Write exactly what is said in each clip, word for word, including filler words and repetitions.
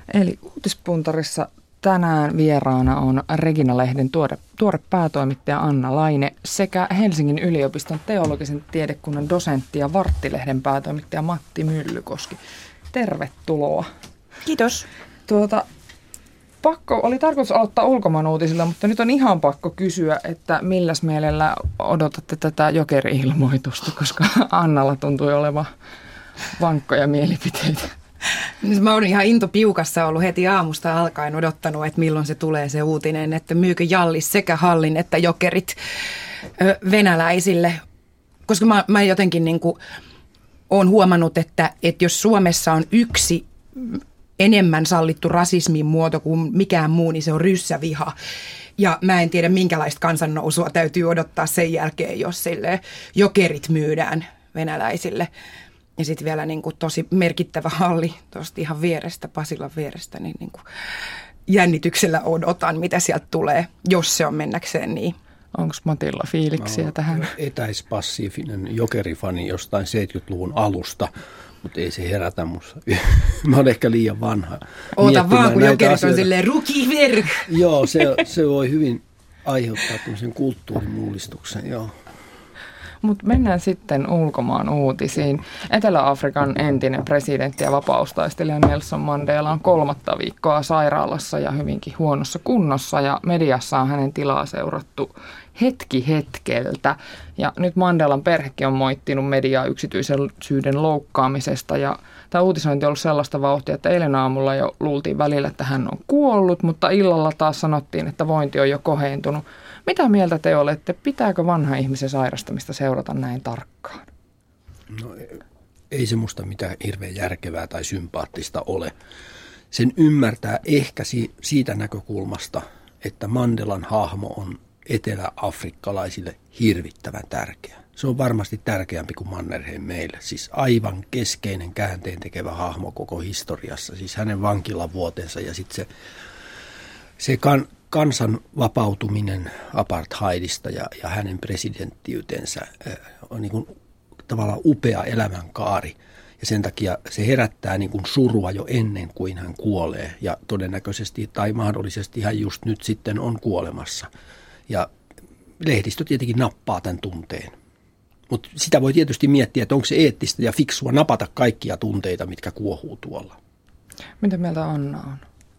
Eli Uutispuntarissa tänään vieraana on Regina-lehden tuore, tuore päätoimittaja Anna Laine sekä Helsingin yliopiston teologisen tiedekunnan dosentti ja Vartti-lehden päätoimittaja Matti Myllykoski. Tervetuloa. Kiitos. Tuota, pakko, oli tarkoitus aloittaa ulkomaan uutisilla, mutta nyt on ihan pakko kysyä, että milläs mielellä odotatte tätä jokeri-ilmoitusta, koska Annalla tuntui olevan vankkoja mielipiteitä. Mä oon ihan intopiukassa ollut heti aamusta alkaen odottanut, että milloin se tulee se uutinen, että myykö Jallis sekä Hallin että Jokerit ö, venäläisille. Koska mä, mä jotenkin niin kuin oon huomannut, että, että jos Suomessa on yksi enemmän sallittu rasismin muoto kuin mikään muu, niin se on ryssäviha. Ja mä en tiedä, minkälaista kansannousua täytyy odottaa sen jälkeen, jos sille Jokerit myydään venäläisille. Ja sitten vielä niin kuin tosi merkittävä halli tuosta ihan vierestä, Pasilan vierestä, niin, niin kuin jännityksellä odotan, mitä sieltä tulee, jos se on mennäkseen niin. Onko Matilla fiiliksiä Mä tähän? Etäispassiivinen jokerifani jostain seitsemänkymmentäluvun alusta, mutta ei se herätä musta. Mä oon ehkä liian vanha. Oota vaan, kun Jokerit on silleen rukiverk. Joo, se, se voi hyvin aiheuttaa tämmöisen kulttuurimullistuksen, joo. Mutta mennään sitten ulkomaan uutisiin. Etelä-Afrikan entinen presidentti ja vapaustaistelija Nelson Mandela on kolmatta viikkoa sairaalassa ja hyvinkin huonossa kunnossa. Ja mediassa on hänen tilaa seurattu hetki hetkeltä. Ja nyt Mandelan perhekin on moittinut mediaa yksityisyyden loukkaamisesta. Ja tämä uutisointi on ollut sellaista vauhtia, että eilen aamulla jo luultiin välillä, että hän on kuollut, mutta illalla taas sanottiin, että vointi on jo kohentunut. Mitä mieltä te olette? Pitääkö vanha ihmisen sairastamista seurata näin tarkkaan? No, ei se musta mitään hirveän järkevää tai sympaattista ole. Sen ymmärtää ehkä siitä näkökulmasta, että Mandelan hahmo on etelä-afrikkalaisille hirvittävän tärkeä. Se on varmasti tärkeämpi kuin Mannerheim meille. Siis aivan keskeinen käänteen tekevä hahmo koko historiassa. Siis hänen vankilavuotensa ja sitten se, se kan, kansan vapautuminen apartheidista ja, ja hänen presidenttiytensä äh, on niin kuin tavallaan upea elämänkaari. Ja sen takia se herättää niin kuin surua jo ennen kuin hän kuolee. Ja todennäköisesti tai mahdollisesti hän just nyt sitten on kuolemassa. Ja lehdistö tietenkin nappaa tämän tunteen. Mutta sitä voi tietysti miettiä, että onko se eettistä ja fiksua napata kaikkia tunteita, mitkä kuohuu tuolla. Mitä mieltä Anna on?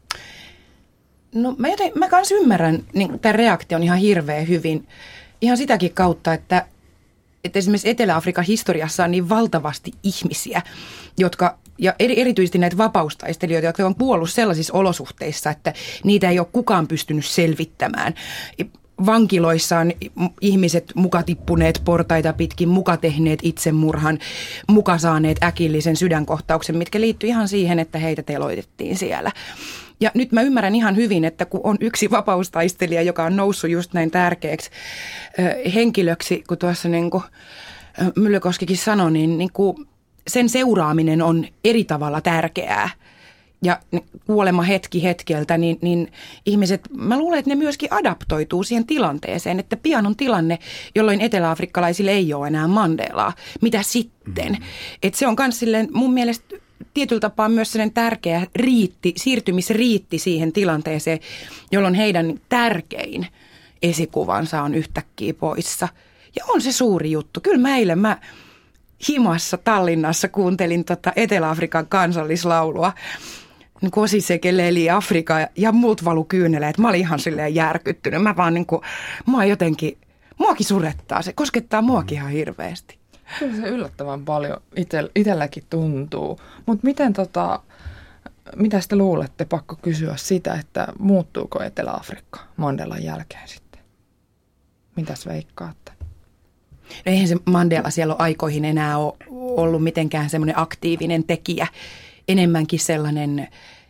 No mä, joten, mä kans ymmärrän niin tämän reaktion ihan hirveän hyvin. Ihan sitäkin kautta, että, että esimerkiksi Etelä-Afrikan historiassa on niin valtavasti ihmisiä, jotka, ja erityisesti näitä vapaustaistelijoita, jotka on kuollut sellaisissa olosuhteissa, että niitä ei ole kukaan pystynyt selvittämään. Vankiloissa on ihmiset muka tippuneet portaita pitkin, muka tehneet itsemurhan, muka saaneet äkillisen sydänkohtauksen, mitkä liittyy ihan siihen, että heitä teloitettiin siellä. Ja nyt mä ymmärrän ihan hyvin, että kun on yksi vapaustaistelija, joka on noussut just näin tärkeäksi äh, henkilöksi, kun tuossa niin kuin äh, Myllykoskikin sanoi, niin, niin kuin sen seuraaminen on eri tavalla tärkeää. Ja kuolema hetki hetkeltä, niin, niin ihmiset, mä luulen, että ne myöskin adaptoituu siihen tilanteeseen, että pian on tilanne, jolloin eteläafrikkalaisille ei ole enää Mandelaa. Mitä sitten? Mm-hmm. Että se on myös silleen mun mielestä tietyllä tapaa myös sellainen tärkeä riitti, siirtymisriitti siihen tilanteeseen, jolloin heidän tärkein esikuvansa on yhtäkkiä poissa. Ja on se suuri juttu. Kyllä mä eilen mä himassa Tallinnassa kuuntelin tota Etelä-Afrikan kansallislaulua. Kosisekeleli Afrika ja multa valu kyyneleet. Mä olin ihan silleen järkyttynyt. Mä vaan niin kuin, mua jotenkin, muakin surettaa se, koskettaa muakin ihan hirveästi. Kyllä se yllättävän paljon ite, itselläkin tuntuu. Mutta miten tota, mitä te luulette, pakko kysyä sitä, että muuttuuko Etelä-Afrikka Mandelan jälkeen sitten? Mitäs veikkaatte? No eihän se Mandela siellä ole aikoihin enää ole ollut mitenkään semmoinen aktiivinen tekijä. Enemmänkin sellainen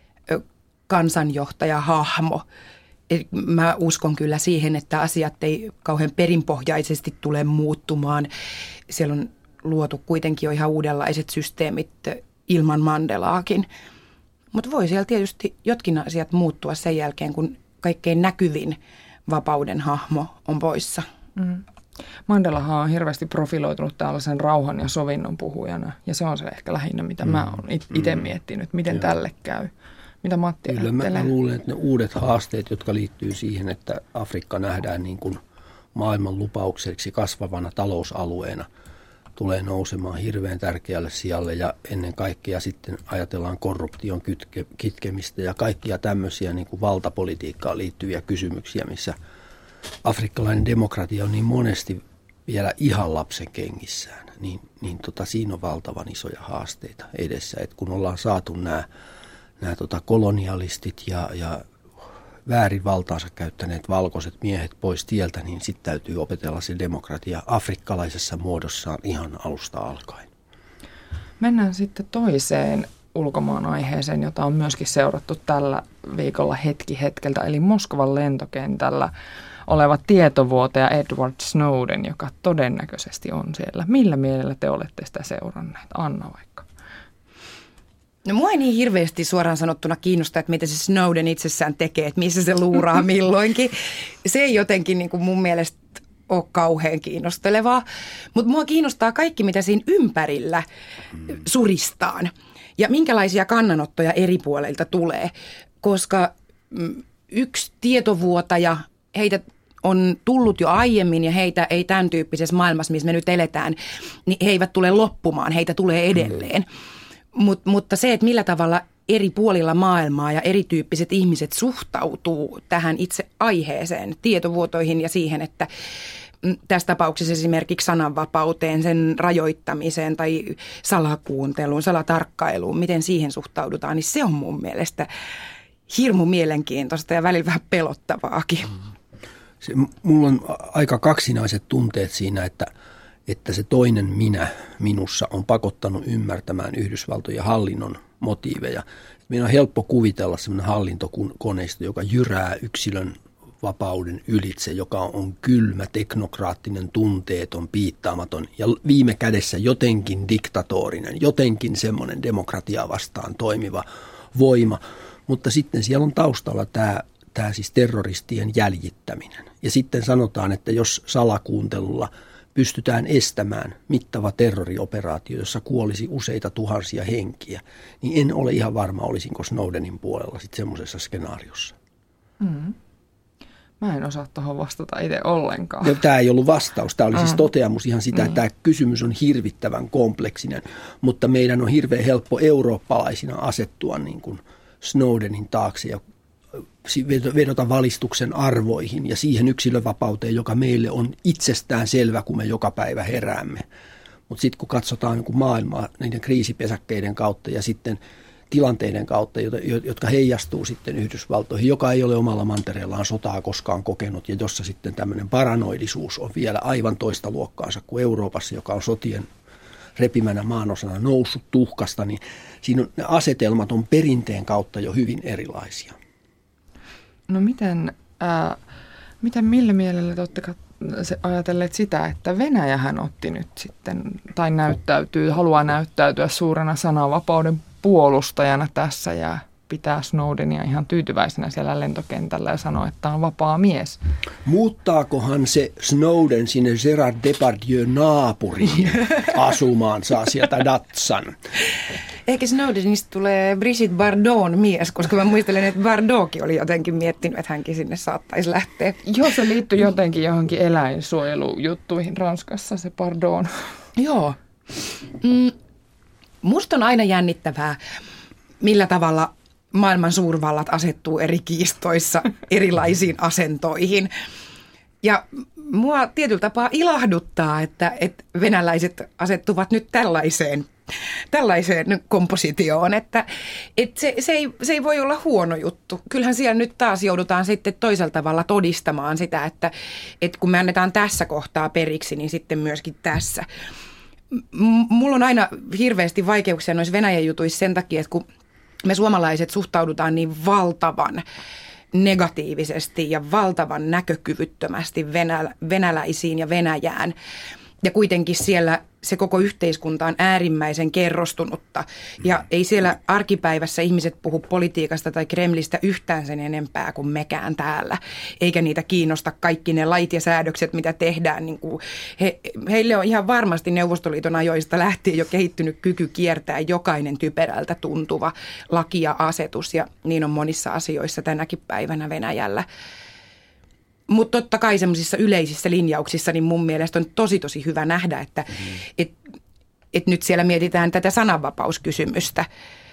kansanjohtajahahmo. Mä uskon kyllä siihen, että asiat ei kauhean perinpohjaisesti tule muuttumaan. Siellä on luotu kuitenkin jo ihan uudenlaiset systeemit ilman Mandelaakin. Mutta voi siellä tietysti jotkin asiat muuttua sen jälkeen, kun kaikkein näkyvin vapauden hahmo on poissa. Mm. Mandelahan on hirveästi profiloitunut tällaisen rauhan ja sovinnon puhujana. Ja se on se ehkä lähinnä, mitä mm. mä oon itse miettinyt, miten Joo. tälle käy. Mitä Matti Kyllä mä, ajattelee? mä luulen, että ne uudet haasteet, jotka liittyy siihen, että Afrikka nähdään niin kuin maailman lupaukseksi kasvavana talousalueena, tulee nousemaan hirveän tärkeälle sijalle ja ennen kaikkea sitten ajatellaan korruption kytke, kitkemistä ja kaikkia tämmöisiä niin kuin valtapolitiikkaan liittyviä kysymyksiä, missä afrikkalainen demokratia on niin monesti vielä ihan lapsen kengissään, niin, niin tota, siinä on valtavan isoja haasteita edessä, että kun ollaan saatu nämä, nämä tota, kolonialistit ja, ja väärin valtaansa käyttäneet valkoiset miehet pois tieltä, niin sitten täytyy opetella se demokratia afrikkalaisessa muodossaan ihan alusta alkaen. Mennään sitten toiseen ulkomaan aiheeseen, jota on myöskin seurattu tällä viikolla hetki hetkeltä, eli Moskovan lentokentällä oleva tietovuotaja Edward Snowden, joka todennäköisesti on siellä. Millä mielellä te olette sitä seuranneet? Anna vaikka. No mua ei niin hirveästi suoraan sanottuna kiinnosta, että mitä se Snowden itsessään tekee, että missä se luuraa milloinkin. Se ei jotenkin niin kuin mun mielestä ole kauhean kiinnostelevaa, mutta mua kiinnostaa kaikki, mitä siinä ympärillä suristaan ja minkälaisia kannanottoja eri puolilta tulee, koska yksi tietovuotaja, heitä on tullut jo aiemmin ja heitä ei tämän tyyppisessä maailmassa, missä me nyt eletään, niin he eivät tule loppumaan, heitä tulee edelleen. Mut, mutta se, että millä tavalla eri puolilla maailmaa ja erityyppiset ihmiset suhtautuu tähän itse aiheeseen, tietovuotoihin ja siihen, että tässä tapauksessa esimerkiksi sananvapauteen, sen rajoittamiseen tai salakuunteluun, salatarkkailuun, miten siihen suhtaudutaan, niin se on mun mielestä hirmu mielenkiintoista ja välillä vähän pelottavaakin. Se, mulla on aika kaksinaiset tunteet siinä, että että se toinen minä minussa on pakottanut ymmärtämään Yhdysvaltojen hallinnon motiiveja. Meidän on helppo kuvitella sellainen hallintokoneisto, joka jyrää yksilön vapauden ylitse, joka on kylmä, teknokraattinen, tunteeton, piittaamaton ja viime kädessä jotenkin diktatorinen, jotenkin semmoinen demokratiaa vastaan toimiva voima. Mutta sitten siellä on taustalla tämä, tämä siis terroristien jäljittäminen. Ja sitten sanotaan, että jos salakuuntelulla pystytään estämään mittava terrorioperaatio, jossa kuolisi useita tuhansia henkiä, niin en ole ihan varma, olisinko Snowdenin puolella sitten semmoisessa skenaariossa. Mm. Mä en osaa tuohon vastata itse ollenkaan. Ja tämä ei ollut vastaus. Tämä oli siis toteamus ihan sitä, että tämä kysymys on hirvittävän kompleksinen, mutta meidän on hirveän helppo eurooppalaisina asettua niin kuin Snowdenin taakse ja vedota valistuksen arvoihin ja siihen yksilövapauteen, joka meille on itsestään selvä, kun me joka päivä heräämme. Mutta sitten kun katsotaan niin kun maailmaa niiden kriisipesäkkeiden kautta ja sitten tilanteiden kautta, jotka heijastuu sitten Yhdysvaltoihin, joka ei ole omalla mantereellaan sotaa koskaan kokenut ja jossa sitten tämmöinen paranoidisuus on vielä aivan toista luokkaansa kuin Euroopassa, joka on sotien repimänä maanosana noussut tuhkasta, niin siinä on, ne asetelmat on perinteen kautta jo hyvin erilaisia. No miten, ää, miten millä mielellä te olette ajatelleet sitä, että Venäjähän otti nyt sitten, tai näyttäytyy, haluaa näyttäytyä suurena sananvapauden puolustajana tässä ja pitää Snowdenia ihan tyytyväisenä siellä lentokentällä ja sanoo, että on vapaa mies. Muuttaakohan se Snowden sinne Gerard Depardieu naapuriin asumaan, saa sieltä datsan? Ehkä Snowdenista tulee Brigitte Bardot mies, koska mä muistelen, että Bardotkin oli jotenkin miettinyt, että hänkin sinne saattaisi lähteä. Joo, se liittyy jotenkin johonkin eläinsuojelujuttuihin Ranskassa, se Bardot. Joo. Mm, musta on aina jännittävää, millä tavalla maailman suurvallat asettuu eri kiistoissa erilaisiin asentoihin. Ja mua tietyllä tapaa ilahduttaa, että, että venäläiset asettuvat nyt tällaiseen, tällaiseen kompositioon, että, että se, se, ei, se ei voi olla huono juttu. Kyllähän siellä nyt taas joudutaan sitten toisella tavalla todistamaan sitä, että, että kun me annetaan tässä kohtaa periksi, niin sitten myöskin tässä. M- mulla on aina hirveästi vaikeuksia noissa Venäjän jutuissa sen takia, että kun me suomalaiset suhtaudutaan niin valtavan negatiivisesti ja valtavan näkökyvyttömästi venä- venäläisiin ja Venäjään, Ja kuitenkin siellä se koko yhteiskunta on äärimmäisen kerrostunutta. Ja ei siellä arkipäivässä ihmiset puhu politiikasta tai Kremlistä yhtään sen enempää kuin mekään täällä. Eikä niitä kiinnosta kaikki ne lait ja säädökset, mitä tehdään. Niin kuin he, heille on ihan varmasti Neuvostoliiton ajoista lähtien jo kehittynyt kyky kiertää jokainen typerältä tuntuva laki ja asetus. Ja niin on monissa asioissa tänäkin päivänä Venäjällä. Mutta totta kai semmoisissa yleisissä linjauksissa niin mun mielestä on tosi tosi hyvä nähdä, että mm. et, et nyt siellä mietitään tätä sananvapauskysymystä,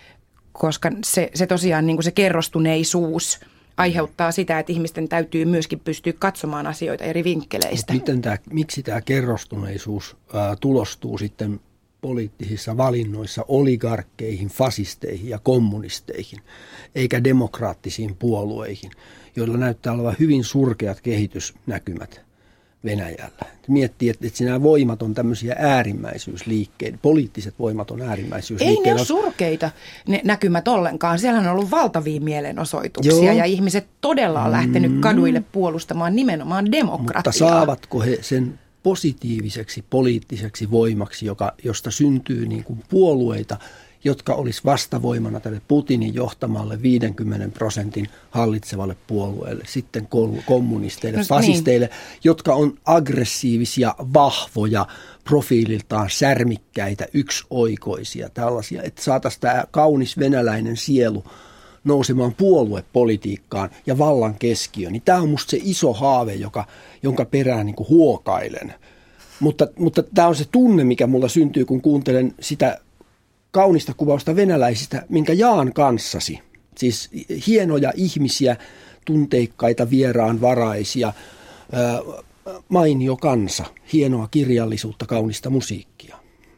koska se, se tosiaan niin kuin se kerrostuneisuus aiheuttaa sitä, että ihmisten täytyy myöskin pystyä katsomaan asioita eri vinkkeleistä. Miten tää, miksi tämä kerrostuneisuus ää, tulostuu sitten poliittisissa valinnoissa oligarkkeihin, fasisteihin ja kommunisteihin, eikä demokraattisiin puolueihin, joilla näyttää olevan hyvin surkeat kehitysnäkymät Venäjällä. Miettii, että, että nämä voimat on tämmöisiä äärimmäisyysliikkeitä, poliittiset voimat on äärimmäisyysliikkeitä. Ei ne ole surkeita ne näkymät ollenkaan. Siellä on ollut valtavia mielenosoituksia. Joo. Ja ihmiset todella on lähtenyt kaduille puolustamaan nimenomaan demokratiaa. Mutta saavatko he sen positiiviseksi poliittiseksi voimaksi, joka, josta syntyy niin kuin puolueita, jotka olisi vastavoimana tälle Putinin johtamalle viidenkymmenen prosentin hallitsevalle puolueelle, sitten kommunisteille, no, fasisteille, niin. jotka on aggressiivisia, vahvoja, profiililtaan särmikkäitä, yksioikoisia, tällaisia, että saataisiin tämä kaunis venäläinen sielu nousemaan puoluepolitiikkaan ja vallan keskiöön. Niin tämä on musta se iso haave, joka, jonka perään niin kuin huokailen. Mutta, mutta tämä on se tunne, mikä mulla syntyy, kun kuuntelen sitä kaunista kuvausta venäläisistä, minkä jaan kanssasi. Siis hienoja ihmisiä, tunteikkaita, vieraanvaraisia, ää, mainio kansa, hienoa kirjallisuutta, kaunista musiikkia.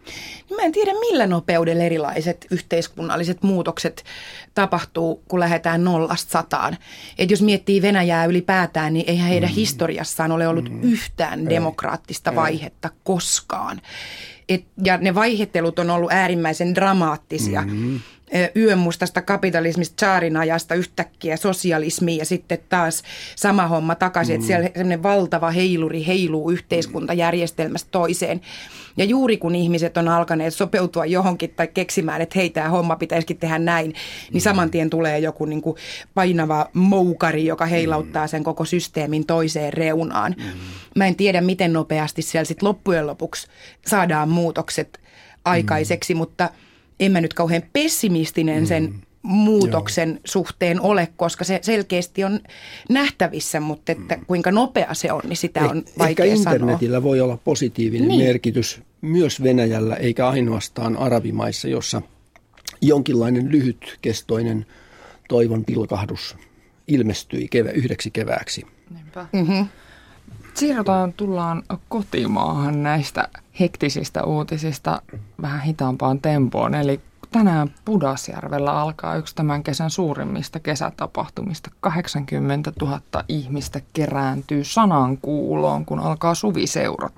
Mä en tiedä, millä nopeudella erilaiset yhteiskunnalliset muutokset tapahtuu, kun lähdetään nollasta sataan. Et jos miettii Venäjää ylipäätään, niin eihän heidän mm. historiassaan ole ollut mm. yhtään ei. demokraattista ei. vaihetta koskaan. Et, ja ne vaihettelut on ollut äärimmäisen dramaattisia. Mm-hmm. Yönmustasta kapitalismista, tsaarin ajasta yhtäkkiä sosialismiin ja sitten taas sama homma takaisin. Mm-hmm. Että siellä semmoinen valtava heiluri heiluu yhteiskuntajärjestelmästä toiseen. Ja juuri kun ihmiset on alkaneet sopeutua johonkin tai keksimään, että hei, tämä homma pitäisikin tehdä näin, niin saman tien tulee joku niin kuin painava moukari, joka heilauttaa sen koko systeemin toiseen reunaan. Mä en tiedä, miten nopeasti siellä sitten loppujen lopuksi saadaan muutokset aikaiseksi, mutta en mä nyt kauhean pessimistinen sen muutoksen Joo. suhteen ole, koska se selkeästi on nähtävissä, mutta että kuinka nopea se on, niin sitä on eh, vaikea ehkä sanoa. internetillä voi olla positiivinen niin. merkitys myös Venäjällä, eikä ainoastaan arabimaissa, jossa jonkinlainen lyhytkestoinen toivon pilkahdus ilmestyi kevä, yhdeksi kevääksi. Mm-hmm. Siirrytään, tullaan kotimaahan näistä hektisistä uutisista vähän hitaampaan tempoon, eli tänään Pudasjärvellä alkaa yksi tämän kesän suurimmista kesätapahtumista. kahdeksankymmentätuhatta ihmistä kerääntyy sanankuuloon, kun alkaa suviseurat.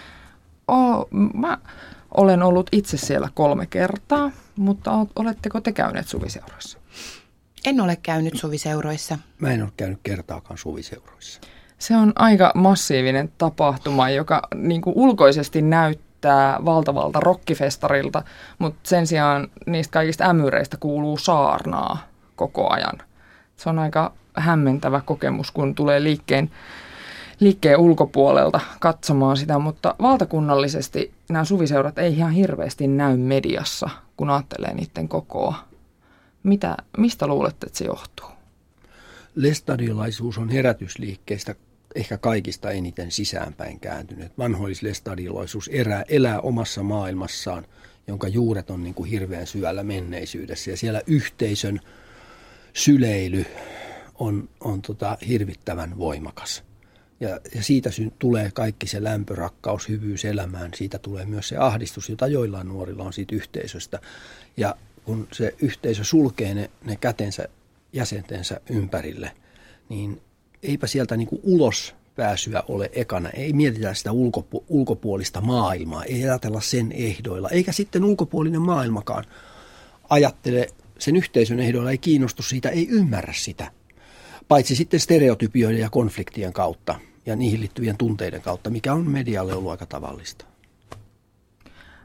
O, mä olen ollut itse siellä kolme kertaa, mutta oletteko te käyneet suviseuroissa? En ole käynyt suviseuroissa. Mä en ole käynyt kertaakaan suviseuroissa. Se on aika massiivinen tapahtuma, joka niin kuin ulkoisesti näyttää valtavalta rockifestarilta, mutta sen sijaan niistä kaikista ämyreistä kuuluu saarnaa koko ajan. Se on aika hämmentävä kokemus, kun tulee liikkeen, liikkeen ulkopuolelta katsomaan sitä, mutta valtakunnallisesti nämä suviseurat ei ihan hirveästi näy mediassa, kun ajattelee niiden kokoa. Mitä, mistä luulette, että se johtuu? Lestadiolaisuus on herätysliikkeistä ehkä kaikista eniten sisäänpäin kääntynyt. Vanhoillislestadiolaisuus elää, elää omassa maailmassaan, jonka juuret on niin kuin hirveän syvällä menneisyydessä. Ja siellä yhteisön syleily on, on tota hirvittävän voimakas. Ja, ja siitä sy- tulee kaikki se lämpö, rakkaus, hyvyys elämään. Siitä tulee myös se ahdistus, jota joillain nuorilla on siitä yhteisöstä. Ja kun se yhteisö sulkee ne, ne kätensä jäsentensä ympärille, niin eipä sieltä niin kuin ulos pääsyä ole ekana. Ei mietitä sitä ulkopu- ulkopuolista maailmaa, ei ajatella sen ehdoilla, eikä sitten ulkopuolinen maailmakaan ajattele sen yhteisön ehdoilla, ei kiinnostu siitä, ei ymmärrä sitä. Paitsi sitten stereotypioiden ja konfliktien kautta ja niihin liittyvien tunteiden kautta, mikä on medialle ollut aika tavallista.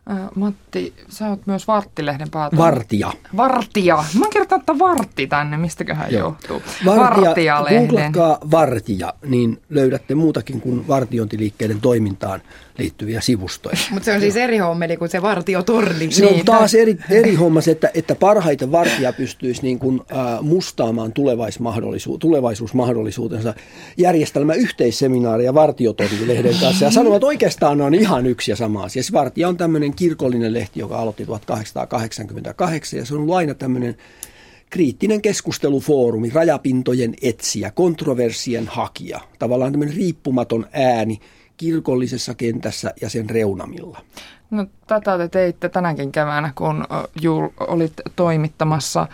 Matti, sä oot myös Vartti-lehden päätä. Vartija. Vartija. Mä oon kirjoittanut, että Vartti tänne, mistäköhän Joo. johtuu. Vartija, googlatkaa Vartija, niin löydätte muutakin kuin vartiointiliikkeiden toimintaan liittyviä sivustoja. Mutta se on siis eri hommeli kuin se vartiotorni. Se on taas eri, eri homma se, että, että parhaiten vartija pystyisi niin kuin, äh, mustaamaan tulevaisuusmahdollisuus, tulevaisuusmahdollisuutensa järjestelmä yhteisseminaaria Vartiotorni-lehden kanssa ja sanovat, että oikeastaan on ihan yksi ja sama asia. Vartija on tämmöinen kirkollinen lehti, joka aloitti tuhatkahdeksansataakahdeksankymmentäkahdeksan ja se on ollut aina tämmöinen kriittinen keskustelufoorumi, rajapintojen etsijä, kontroversien hakija, tavallaan tämmöinen riippumaton ääni kirkollisessa kentässä ja sen reunamilla. No tätä te teitte tänäkin keväänä, kun Jul olit toimittamassa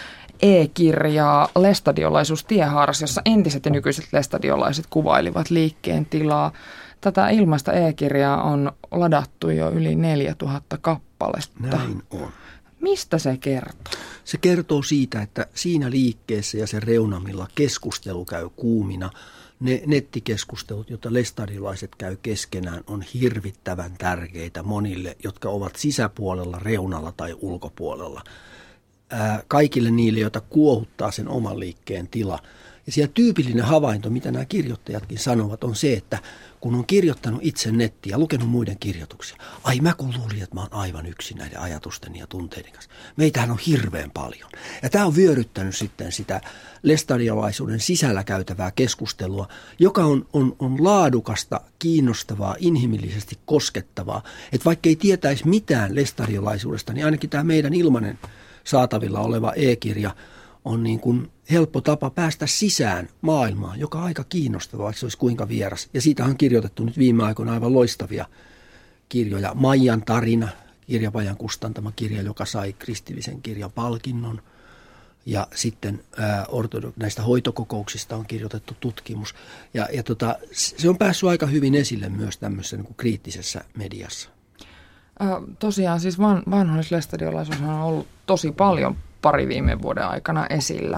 e-kirjaa Lestadiolaisuus tiehaarassa, jossa entiset ja nykyiset lestadiolaiset kuvailivat liikkeen tilaa. Tätä ilmaista e-kirjaa on ladattu jo yli neljätuhatta kappaletta. Näin on. Mistä se kertoo? Se kertoo siitä, että siinä liikkeessä ja sen reunamilla keskustelu käy kuumina. Ne nettikeskustelut, joita lestadiolaiset käy keskenään, on hirvittävän tärkeitä monille, jotka ovat sisäpuolella, reunalla tai ulkopuolella. Ää, kaikille niille, joita kuohuttaa sen oman liikkeen tila. Ja siellä tyypillinen havainto, mitä nämä kirjoittajatkin sanovat, on se, että kun on kirjoittanut itse nettiä ja lukenut muiden kirjoituksia, ai mä kun luulin, että mä oon aivan yksin näiden ajatusten ja tunteiden kanssa. Meitähän on hirveän paljon. Ja tämä on vyöryttänyt sitten sitä lestadiolaisuuden sisällä käytävää keskustelua, joka on, on, on laadukasta, kiinnostavaa, inhimillisesti koskettavaa. Että vaikka ei tietäisi mitään lestadiolaisuudesta, niin ainakin tämä meidän ilmainen saatavilla oleva e-kirja on niin kuin helppo tapa päästä sisään maailmaan, joka on aika kiinnostavaa, vaikka se olisi kuinka vieras. Ja siitä on kirjoitettu nyt viime aikoina aivan loistavia kirjoja. Maijan tarina, kirjapajan kustantama kirja, joka sai kristillisen kirjan palkinnon. Ja sitten ää, ortodok- näistä hoitokokouksista on kirjoitettu tutkimus. Ja, ja tota, se on päässyt aika hyvin esille myös tämmöisessä niin kuin kriittisessä mediassa. Äh, tosiaan siis van, vanhoillislestadiolaisuus on ollut tosi paljon pari viime vuoden aikana esillä.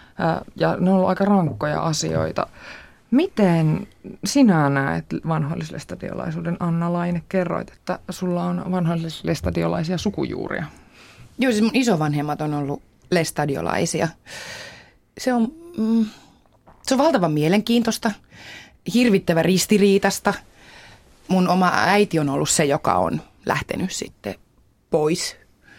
Ja ne on ollut aika rankkoja asioita. Miten sinä näet vanhoillislestadiolaisuuden, Anna Laine? Kerroit, että sulla on vanhoillislestadiolaisia sukujuuria. Joo, siis mun isovanhemmat on ollut lestadiolaisia. Se on, mm, se on valtavan mielenkiintoista, hirvittävän ristiriitasta. Mun oma äiti on ollut se, joka on lähtenyt sitten pois.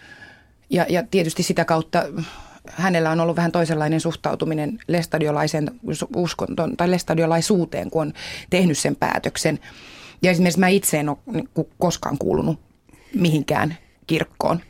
Ja, ja tietysti sitä kautta hänellä on ollut vähän toisenlainen suhtautuminen lestadiolaisen uskontoon tai lestadiolaisuuteen, kun on tehnyt sen päätöksen. Ja esimerkiksi mä itse en ole koskaan kuulunut mihinkään kirkkoon.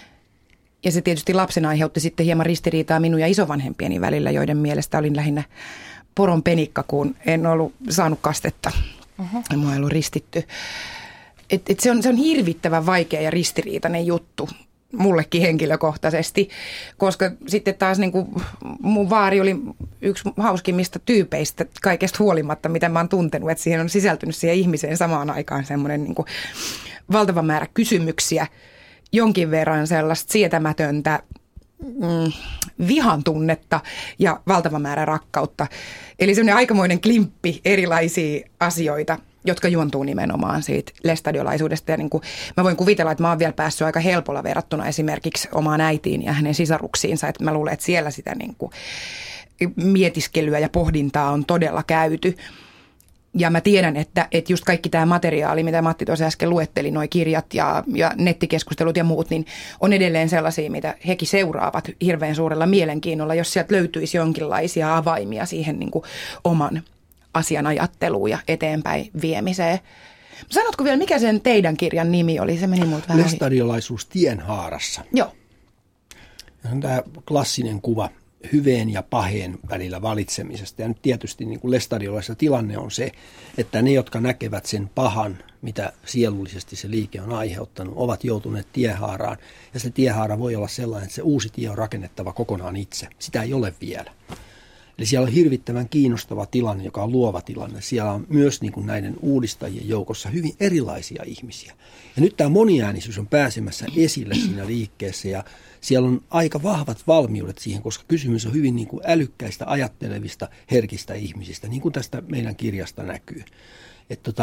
Ja se tietysti lapsena aiheutti sitten hieman ristiriitaa minun ja isovanhempieni välillä, joiden mielestä olin lähinnä poron penikka, kun en ollut saanut kastetta. Uh-huh. Mua ei ollut ristitty. Et, et se, on, se on hirvittävän vaikea ja ristiriitainen juttu mullekin henkilökohtaisesti, koska sitten taas niin kuin mun vaari oli yksi hauskimmista tyypeistä kaikesta huolimatta, mitä mä oon tuntenut, että siihen on sisältynyt siihen ihmiseen samaan aikaan semmoinen niin kuin valtava määrä kysymyksiä, jonkin verran sellaista sietämätöntä mm, vihan tunnetta ja valtava määrä rakkautta. Eli semmoinen aikamoinen klimppi erilaisia asioita, jotka juontuu nimenomaan siitä lestadiolaisuudesta. Ja niin kuin mä voin kuvitella, että mä oon vielä päässyt aika helpolla verrattuna esimerkiksi omaan äitiin ja hänen sisaruksiinsa. Että mä luulen, että siellä sitä niin kuin mietiskelyä ja pohdintaa on todella käyty. Ja mä tiedän, että, että just kaikki tämä materiaali, mitä Matti tuossa äsken luetteli, nuo kirjat ja, ja nettikeskustelut ja muut, niin on edelleen sellaisia, mitä hekin seuraavat hirveän suurella mielenkiinnolla, jos sieltä löytyisi jonkinlaisia avaimia siihen niin kuin oman asian ajatteluun ja eteenpäin viemiseen. Sanotko vielä, mikä sen teidän kirjan nimi oli? Se meni multa vähän Lestadiolaisuus tienhaarassa. Joo. Ja on tämä klassinen kuva hyveen ja paheen välillä valitsemisesta. Ja nyt tietysti niin kuin lestadiolaisessa tilanne on se, että ne, jotka näkevät sen pahan, mitä sielullisesti se liike on aiheuttanut, ovat joutuneet tiehaaraan. Ja se tiehaara voi olla sellainen, että se uusi tie on rakennettava kokonaan itse. Sitä ei ole vielä. Eli siellä on hirvittävän kiinnostava tilanne, joka on luova tilanne. Siellä on myös niin kuin näiden uudistajien joukossa hyvin erilaisia ihmisiä. Ja nyt tämä moniäänisyys on pääsemässä esille siinä liikkeessä ja siellä on aika vahvat valmiudet siihen, koska kysymys on hyvin niin kuin älykkäistä, ajattelevista, herkistä ihmisistä, niin kuin tästä meidän kirjasta näkyy. Että tota,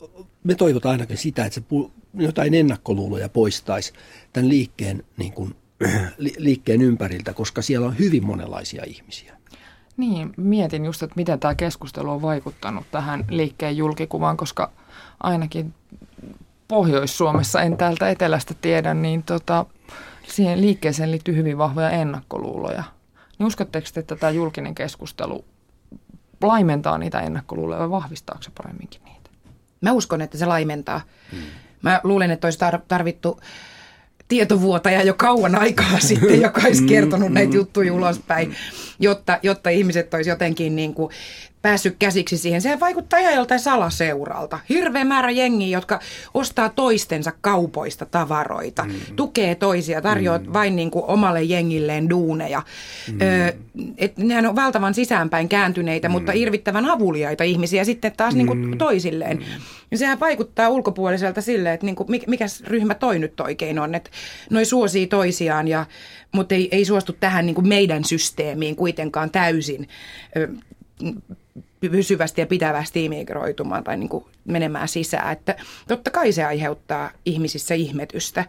me toivotaan ainakin sitä, että se jotain ennakkoluuloja poistaisi tämän liikkeen, niin kuin, liikkeen ympäriltä, koska siellä on hyvin monenlaisia ihmisiä. Niin, mietin just, että miten tämä keskustelu on vaikuttanut tähän liikkeen julkikuvaan, koska ainakin Pohjois-Suomessa, en täältä etelästä tiedä, niin tota, siihen liikkeeseen liittyy hyvin vahvoja ennakkoluuloja. Niin uskotteko, että tämä julkinen keskustelu laimentaa niitä ennakkoluuloja vai vahvistaako se paremminkin niitä? Mä uskon, että se laimentaa. Hmm. Mä luulen, että olisi tarvittu tietovuotaja jo kauan aikaa sitten, joka olisi kertonut näitä juttuja ulospäin, jotta, jotta ihmiset olisi jotenkin niin kuin päässyt käsiksi siihen. Sehän vaikuttaa ihan joltain salaseuralta. Hirveä määrä jengiä, jotka ostaa toistensa kaupoista tavaroita, mm. tukee toisia, tarjoaa mm. vain niin kuin omalle jengilleen duuneja. Mm. Öö, et nehän on valtavan sisäänpäin kääntyneitä, mm. mutta irvittävän avuliaita ihmisiä sitten taas mm. niin kuin toisilleen. Mm. Ja sehän vaikuttaa ulkopuoliselta silleen, että niin kuin, mikä ryhmä toi nyt oikein on. Että noi suosii toisiaan, ja, mutta ei, ei suostu tähän niin kuin meidän systeemiin kuitenkaan täysin öö, pysyvästi ja pitävästi imigroitumaan tai niin kuin menemään sisään. Että totta kai se aiheuttaa ihmisissä ihmetystä.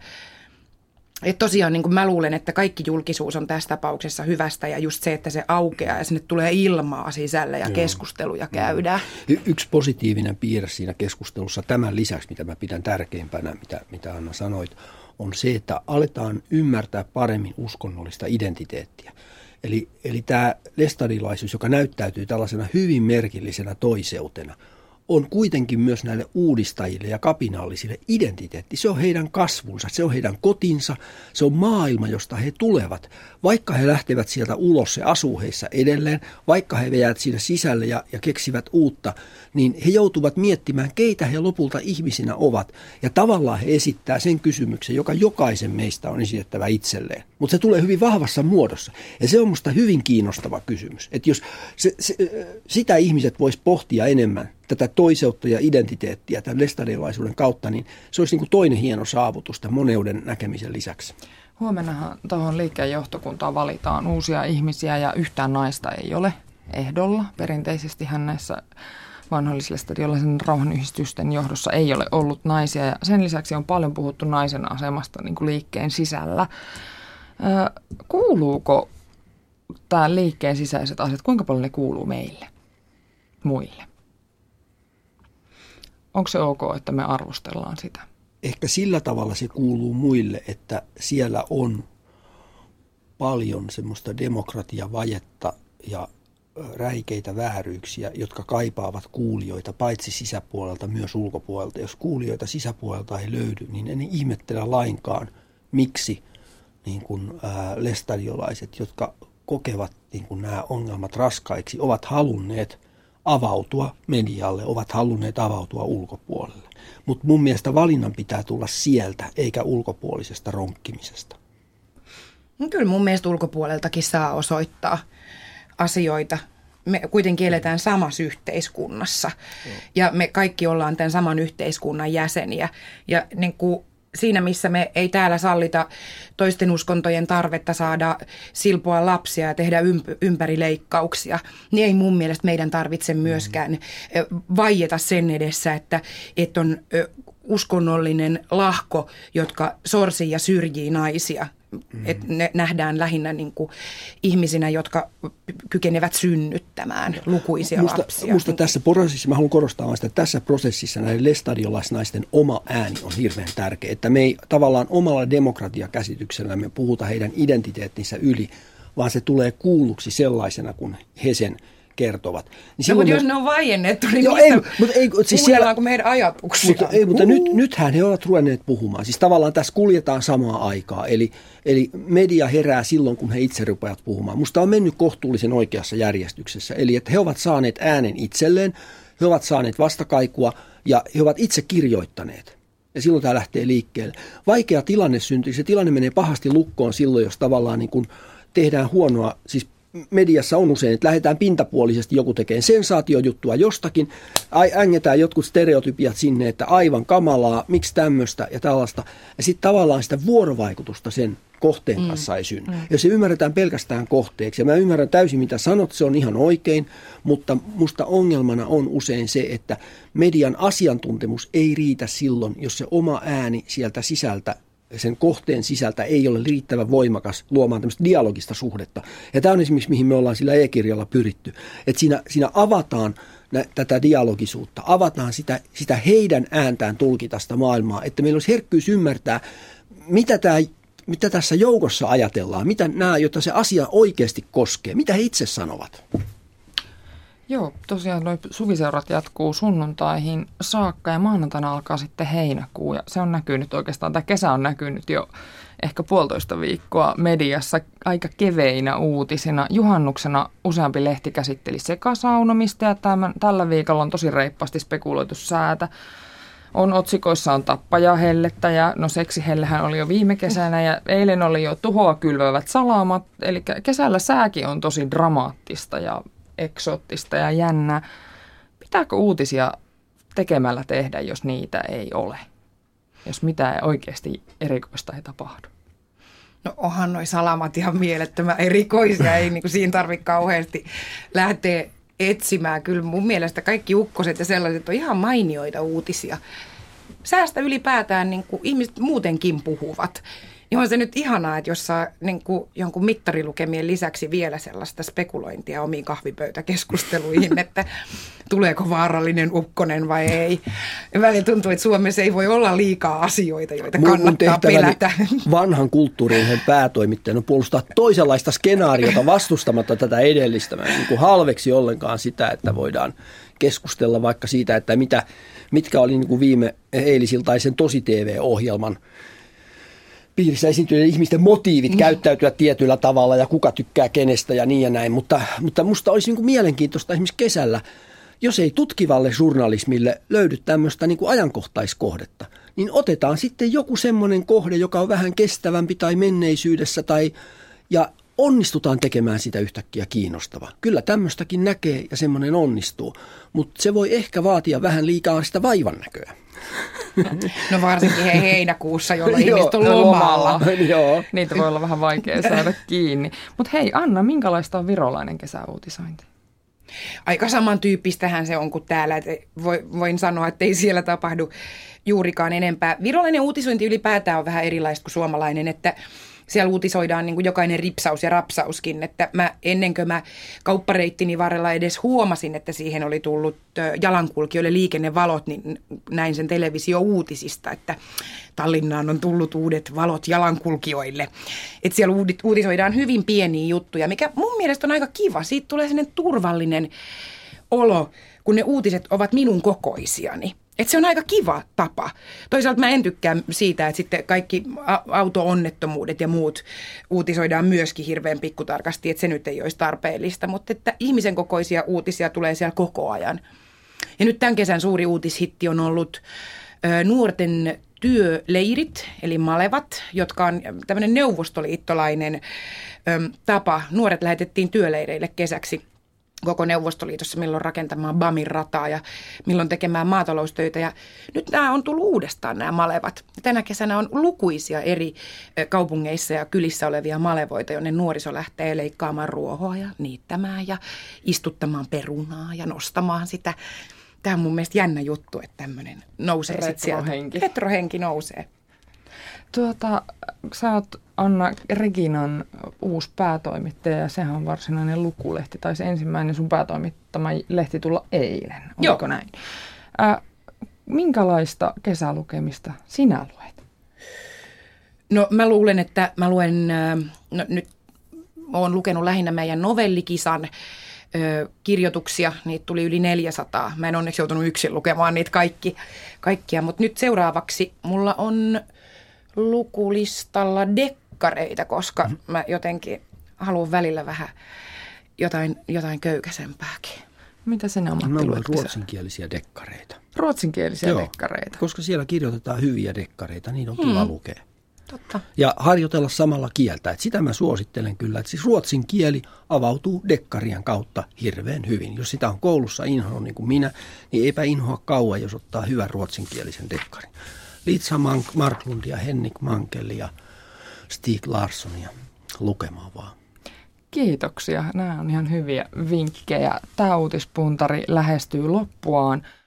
Et tosiaan niin kuin mä luulen, että kaikki julkisuus on tässä tapauksessa hyvästä ja just se, että se aukeaa ja sinne tulee ilmaa sisälle ja Joo. keskusteluja käydään. Y- yksi positiivinen piirre siinä keskustelussa tämän lisäksi, mitä mä pidän tärkeimpänä, mitä, mitä Anna sanoit, on se, että aletaan ymmärtää paremmin uskonnollista identiteettiä. Eli, eli tämä lestadilaisuus, joka näyttäytyy tällaisena hyvin merkillisenä toiseutena, on kuitenkin myös näille uudistajille ja kapinallisille identiteetti. Se on heidän kasvunsa, se on heidän kotinsa, se on maailma, josta he tulevat. Vaikka he lähtevät sieltä ulos, se asuu heissä edelleen, vaikka he jäävät siinä sisälle ja, ja keksivät uutta, niin he joutuvat miettimään, keitä he lopulta ihmisinä ovat. Ja tavallaan he esittää sen kysymyksen, joka jokaisen meistä on esitettävä itselleen. Mutta se tulee hyvin vahvassa muodossa. Ja se on musta hyvin kiinnostava kysymys. Että jos se, se, sitä ihmiset vois pohtia enemmän, tätä toiseutta ja identiteettiä tämän lestadilaisuuden kautta, niin se olisi niin kuin toinen hieno saavutus tämän moneuden näkemisen lisäksi. Huomennahan tuohon liikkeen johtokuntaan valitaan uusia ihmisiä ja yhtään naista ei ole ehdolla. Perinteisesti hän näissä vanhoillislestadiolaisen rauhanyhdistysten johdossa ei ole ollut naisia ja sen lisäksi on paljon puhuttu naisen asemasta niin kuin liikkeen sisällä. Ö, kuuluuko tämä liikkeen sisäiset asiat, kuinka paljon ne kuuluu meille, muille? Onko se ok, että me arvostellaan sitä? Ehkä sillä tavalla se kuuluu muille, että siellä on paljon semmoista demokratiavajetta ja räikeitä vääryyksiä, jotka kaipaavat kuulijoita paitsi sisäpuolelta myös ulkopuolelta. Jos kuulijoita sisäpuolelta ei löydy, niin en ihmettele lainkaan, miksi niin kuin, ää, lestadiolaiset, jotka kokevat niin kuin nämä ongelmat raskaiksi, ovat halunneet avautua medialle, ovat halunneet avautua ulkopuolelle. Mutta mun mielestä valinnan pitää tulla sieltä, eikä ulkopuolisesta ronkkimisesta. No kyllä mun mielestä ulkopuoleltakin saa osoittaa asioita. Me kuitenkin eletään samassa yhteiskunnassa ja me kaikki ollaan tämän saman yhteiskunnan jäseniä. Ja niin kuin siinä, missä me ei täällä sallita toisten uskontojen tarvetta saada silpoa lapsia ja tehdä ymp- ympärileikkauksia, niin ei mun mielestä meidän tarvitse myöskään vaieta sen edessä, että, että on uskonnollinen lahko, jotka sorsii ja syrjii naisia. Mm-hmm. Että ne nähdään lähinnä niin kuin ihmisinä, jotka kykenevät synnyttämään lukuisia musta, lapsia. Musta tässä prosessissa, mä haluan korostaa sitä, että tässä prosessissa näiden lestadiolaisnaisten oma ääni on hirveän tärkeä. Että me ei tavallaan omalla demokratiakäsityksellä me puhuta heidän identiteettinsä yli, vaan se tulee kuulluksi sellaisena, kun he sen kertovat. Niin no, mutta me... jos ne on vaiennettu, niin joo, mistä ei, mutta ei, siis kuunnellaanko meidän ajatuksia? Mutta, ei, mutta nyt, nythän he ovat ruvenneet puhumaan. Siis tavallaan tässä kuljetaan samaa aikaa. Eli, eli media herää silloin, kun he itse rupeavat puhumaan. Musta on mennyt kohtuullisen oikeassa järjestyksessä. Eli että he ovat saaneet äänen itselleen, he ovat saaneet vastakaikua ja he ovat itse kirjoittaneet. Ja silloin tämä lähtee liikkeelle. Vaikea tilanne syntyy. Se tilanne menee pahasti lukkoon silloin, jos tavallaan niin kuin tehdään huonoa, siis mediassa on usein, että lähdetään pintapuolisesti, joku tekee sensaatiojuttua jostakin, ängetään jotkut stereotypiat sinne, että aivan kamalaa, miksi tämmöistä ja tällaista. Ja sitten tavallaan sitä vuorovaikutusta sen kohteen mm. kanssa ei synny. Mm. Ja se ymmärretään pelkästään kohteeksi. Ja mä ymmärrän täysin, mitä sanot, se on ihan oikein, mutta musta ongelmana on usein se, että median asiantuntemus ei riitä silloin, jos se oma ääni sieltä sisältä, sen kohteen sisältä ei ole riittävän voimakas luomaan tämmöistä dialogista suhdetta. Ja tämä on esimerkiksi, mihin me ollaan sillä e-kirjalla pyritty. Että siinä, siinä avataan nä, tätä dialogisuutta, avataan sitä, sitä heidän ääntään tulkita sitä maailmaa, että meillä olisi herkkyys ymmärtää, mitä tämä mitä tässä joukossa ajatellaan, mitä nämä, jotta se asia oikeasti koskee, mitä he itse sanovat? Joo, tosiaan nuo suviseurat jatkuu sunnuntaihin saakka ja maanantaina alkaa sitten heinäkuu ja se on näkynyt oikeastaan, tämä kesä on näkynyt jo ehkä puolitoista viikkoa mediassa aika keveinä uutisina. Juhannuksena useampi lehti käsitteli sekasaunomista ja tämän, tällä viikolla on tosi reippaasti spekuloitu säätä. On otsikoissa on tappajahellettä ja no seksihellehän oli jo viime kesänä ja eilen oli jo tuhoa kylvävät salamat. Eli kesällä sääkin on tosi dramaattista ja eksoottista ja jännää. Pitääkö uutisia tekemällä tehdä, jos niitä ei ole? Jos mitään oikeasti erikoista ei tapahdu? No onhan noi salamat ihan mielettömän erikoisia, ei niin kuin siinä tarvitse kauheasti lähteä etsimään. Kyllä mun mielestä kaikki ukkoset ja sellaiset on ihan mainioita uutisia. Säästä ylipäätään niin kuin ihmiset muutenkin puhuvat. Niin on se nyt ihanaa, että jos saa niin kuin jonkun mittarilukemien lisäksi vielä sellaista spekulointia omiin kahvipöytäkeskusteluihin, että tuleeko vaarallinen ukkonen vai ei. Ja välillä tuntuu, että Suomessa ei voi olla liikaa asioita, joita mun kannattaa pelätä. Vanhan kulttuurin päätoimittajana puolustaa toisenlaista skenaariota vastustamatta tätä edellistä. Mä niin kuin halveksi ollenkaan sitä, että voidaan keskustella vaikka siitä, että mitä, mitkä oli niin kuin viime eilisiltaisen Tosi-T V-ohjelman piirissä esiintyneiden ihmisten motiivit käyttäytyä tietyllä tavalla ja kuka tykkää kenestä ja niin ja näin. Mutta, mutta musta olisi niin kuin mielenkiintoista esimerkiksi kesällä, jos ei tutkivalle journalismille löydy tämmöistä niin kuin ajankohtaiskohdetta, niin otetaan sitten joku semmoinen kohde, joka on vähän kestävämpi tai menneisyydessä tai, ja onnistutaan tekemään sitä yhtäkkiä kiinnostavaa. Kyllä tämmöistäkin näkee ja semmoinen onnistuu, mutta se voi ehkä vaatia vähän liikaa sitä vaivan näköä. No varsinkin he heinäkuussa, jolloin ihmiset on lomalla. Joo. Niitä voi olla vähän vaikea saada kiinni. Mutta hei Anna, minkälaista on virolainen kesäuutisointi? Aika samantyyppistähän se on kuin täällä. Voin sanoa, että ei siellä tapahdu juurikaan enempää. Virolainen uutisointi ylipäätään on vähän erilaista kuin suomalainen, että siellä uutisoidaan niin kuin jokainen ripsaus ja rapsauskin, että mä ennen kuin mä kauppareittini varrella edes huomasin, että siihen oli tullut jalankulkijoille liikennevalot, niin näin sen televisio-uutisista, että Tallinnaan on tullut uudet valot jalankulkijoille. Että siellä uutisoidaan hyvin pieniä juttuja, mikä mun mielestä on aika kiva. Siitä tulee sellainen turvallinen olo, kun ne uutiset ovat minun kokoisiani. Että se on aika kiva tapa. Toisaalta mä en tykkää siitä, että sitten kaikki auto-onnettomuudet ja muut uutisoidaan myöskin hirveän pikkutarkasti, että se nyt ei olisi tarpeellista, mutta että ihmisen kokoisia uutisia tulee siellä koko ajan. Ja nyt tämän kesän suuri uutishitti on ollut ö, nuorten työleirit, eli malevat, jotka on tämmöinen neuvostoliittolainen ö, tapa. Nuoret lähetettiin työleireille kesäksi koko Neuvostoliitossa, milloin rakentamaan BAMin rataa ja milloin tekemään maataloustöitä. Ja nyt nämä on tullut uudestaan nämä malevat. Tänä kesänä on lukuisia eri kaupungeissa ja kylissä olevia malevoita, jonne nuoriso lähtee leikkaamaan ruohoa ja niittämään ja istuttamaan perunaa ja nostamaan sitä. Tämä on mun mielestä jännä juttu, että tämmöinen nousee sitten sieltä. Retrohenki. Retrohenki nousee. Tuota, sä oot Anna Reginan uusi päätoimittaja ja sehän on varsinainen lukulehti. Tai se ensimmäinen sun päätoimittama lehti tulla eilen. Oliko näin? Äh, minkälaista kesälukemista sinä luet? No mä luulen, että mä luen, no nyt oon lukenut lähinnä meidän novellikisan ö, kirjoituksia. Niitä tuli yli neljäsataa. Mä en onneksi joutunut yksin lukemaan niitä kaikki, kaikkia, mutta nyt seuraavaksi mulla on lukulistalla dekkareita, koska mä jotenkin haluan välillä vähän jotain, jotain köykäisempääkin. Mitä sinä Matti luet? Mä luen ruotsinkielisiä dekkareita. Ruotsinkielisiä Joo, dekkareita? Koska siellä kirjoitetaan hyviä dekkareita, niin on kiva hmm. lukea. Totta. Ja harjoitella samalla kieltä. Et sitä mä suosittelen kyllä, että siis ruotsin kieli avautuu dekkarien kautta hirveän hyvin. Jos sitä on koulussa inhoa niin kuin minä, niin eipä inhoa kauan, jos ottaa hyvän ruotsinkielisen dekkarin. Liitsa Marklundia, Henrik Mankelia, Stieg Larssonia lukemaan vaan. Kiitoksia. Nämä on ihan hyviä vinkkejä. Tämä uutispuntari lähestyy loppuaan.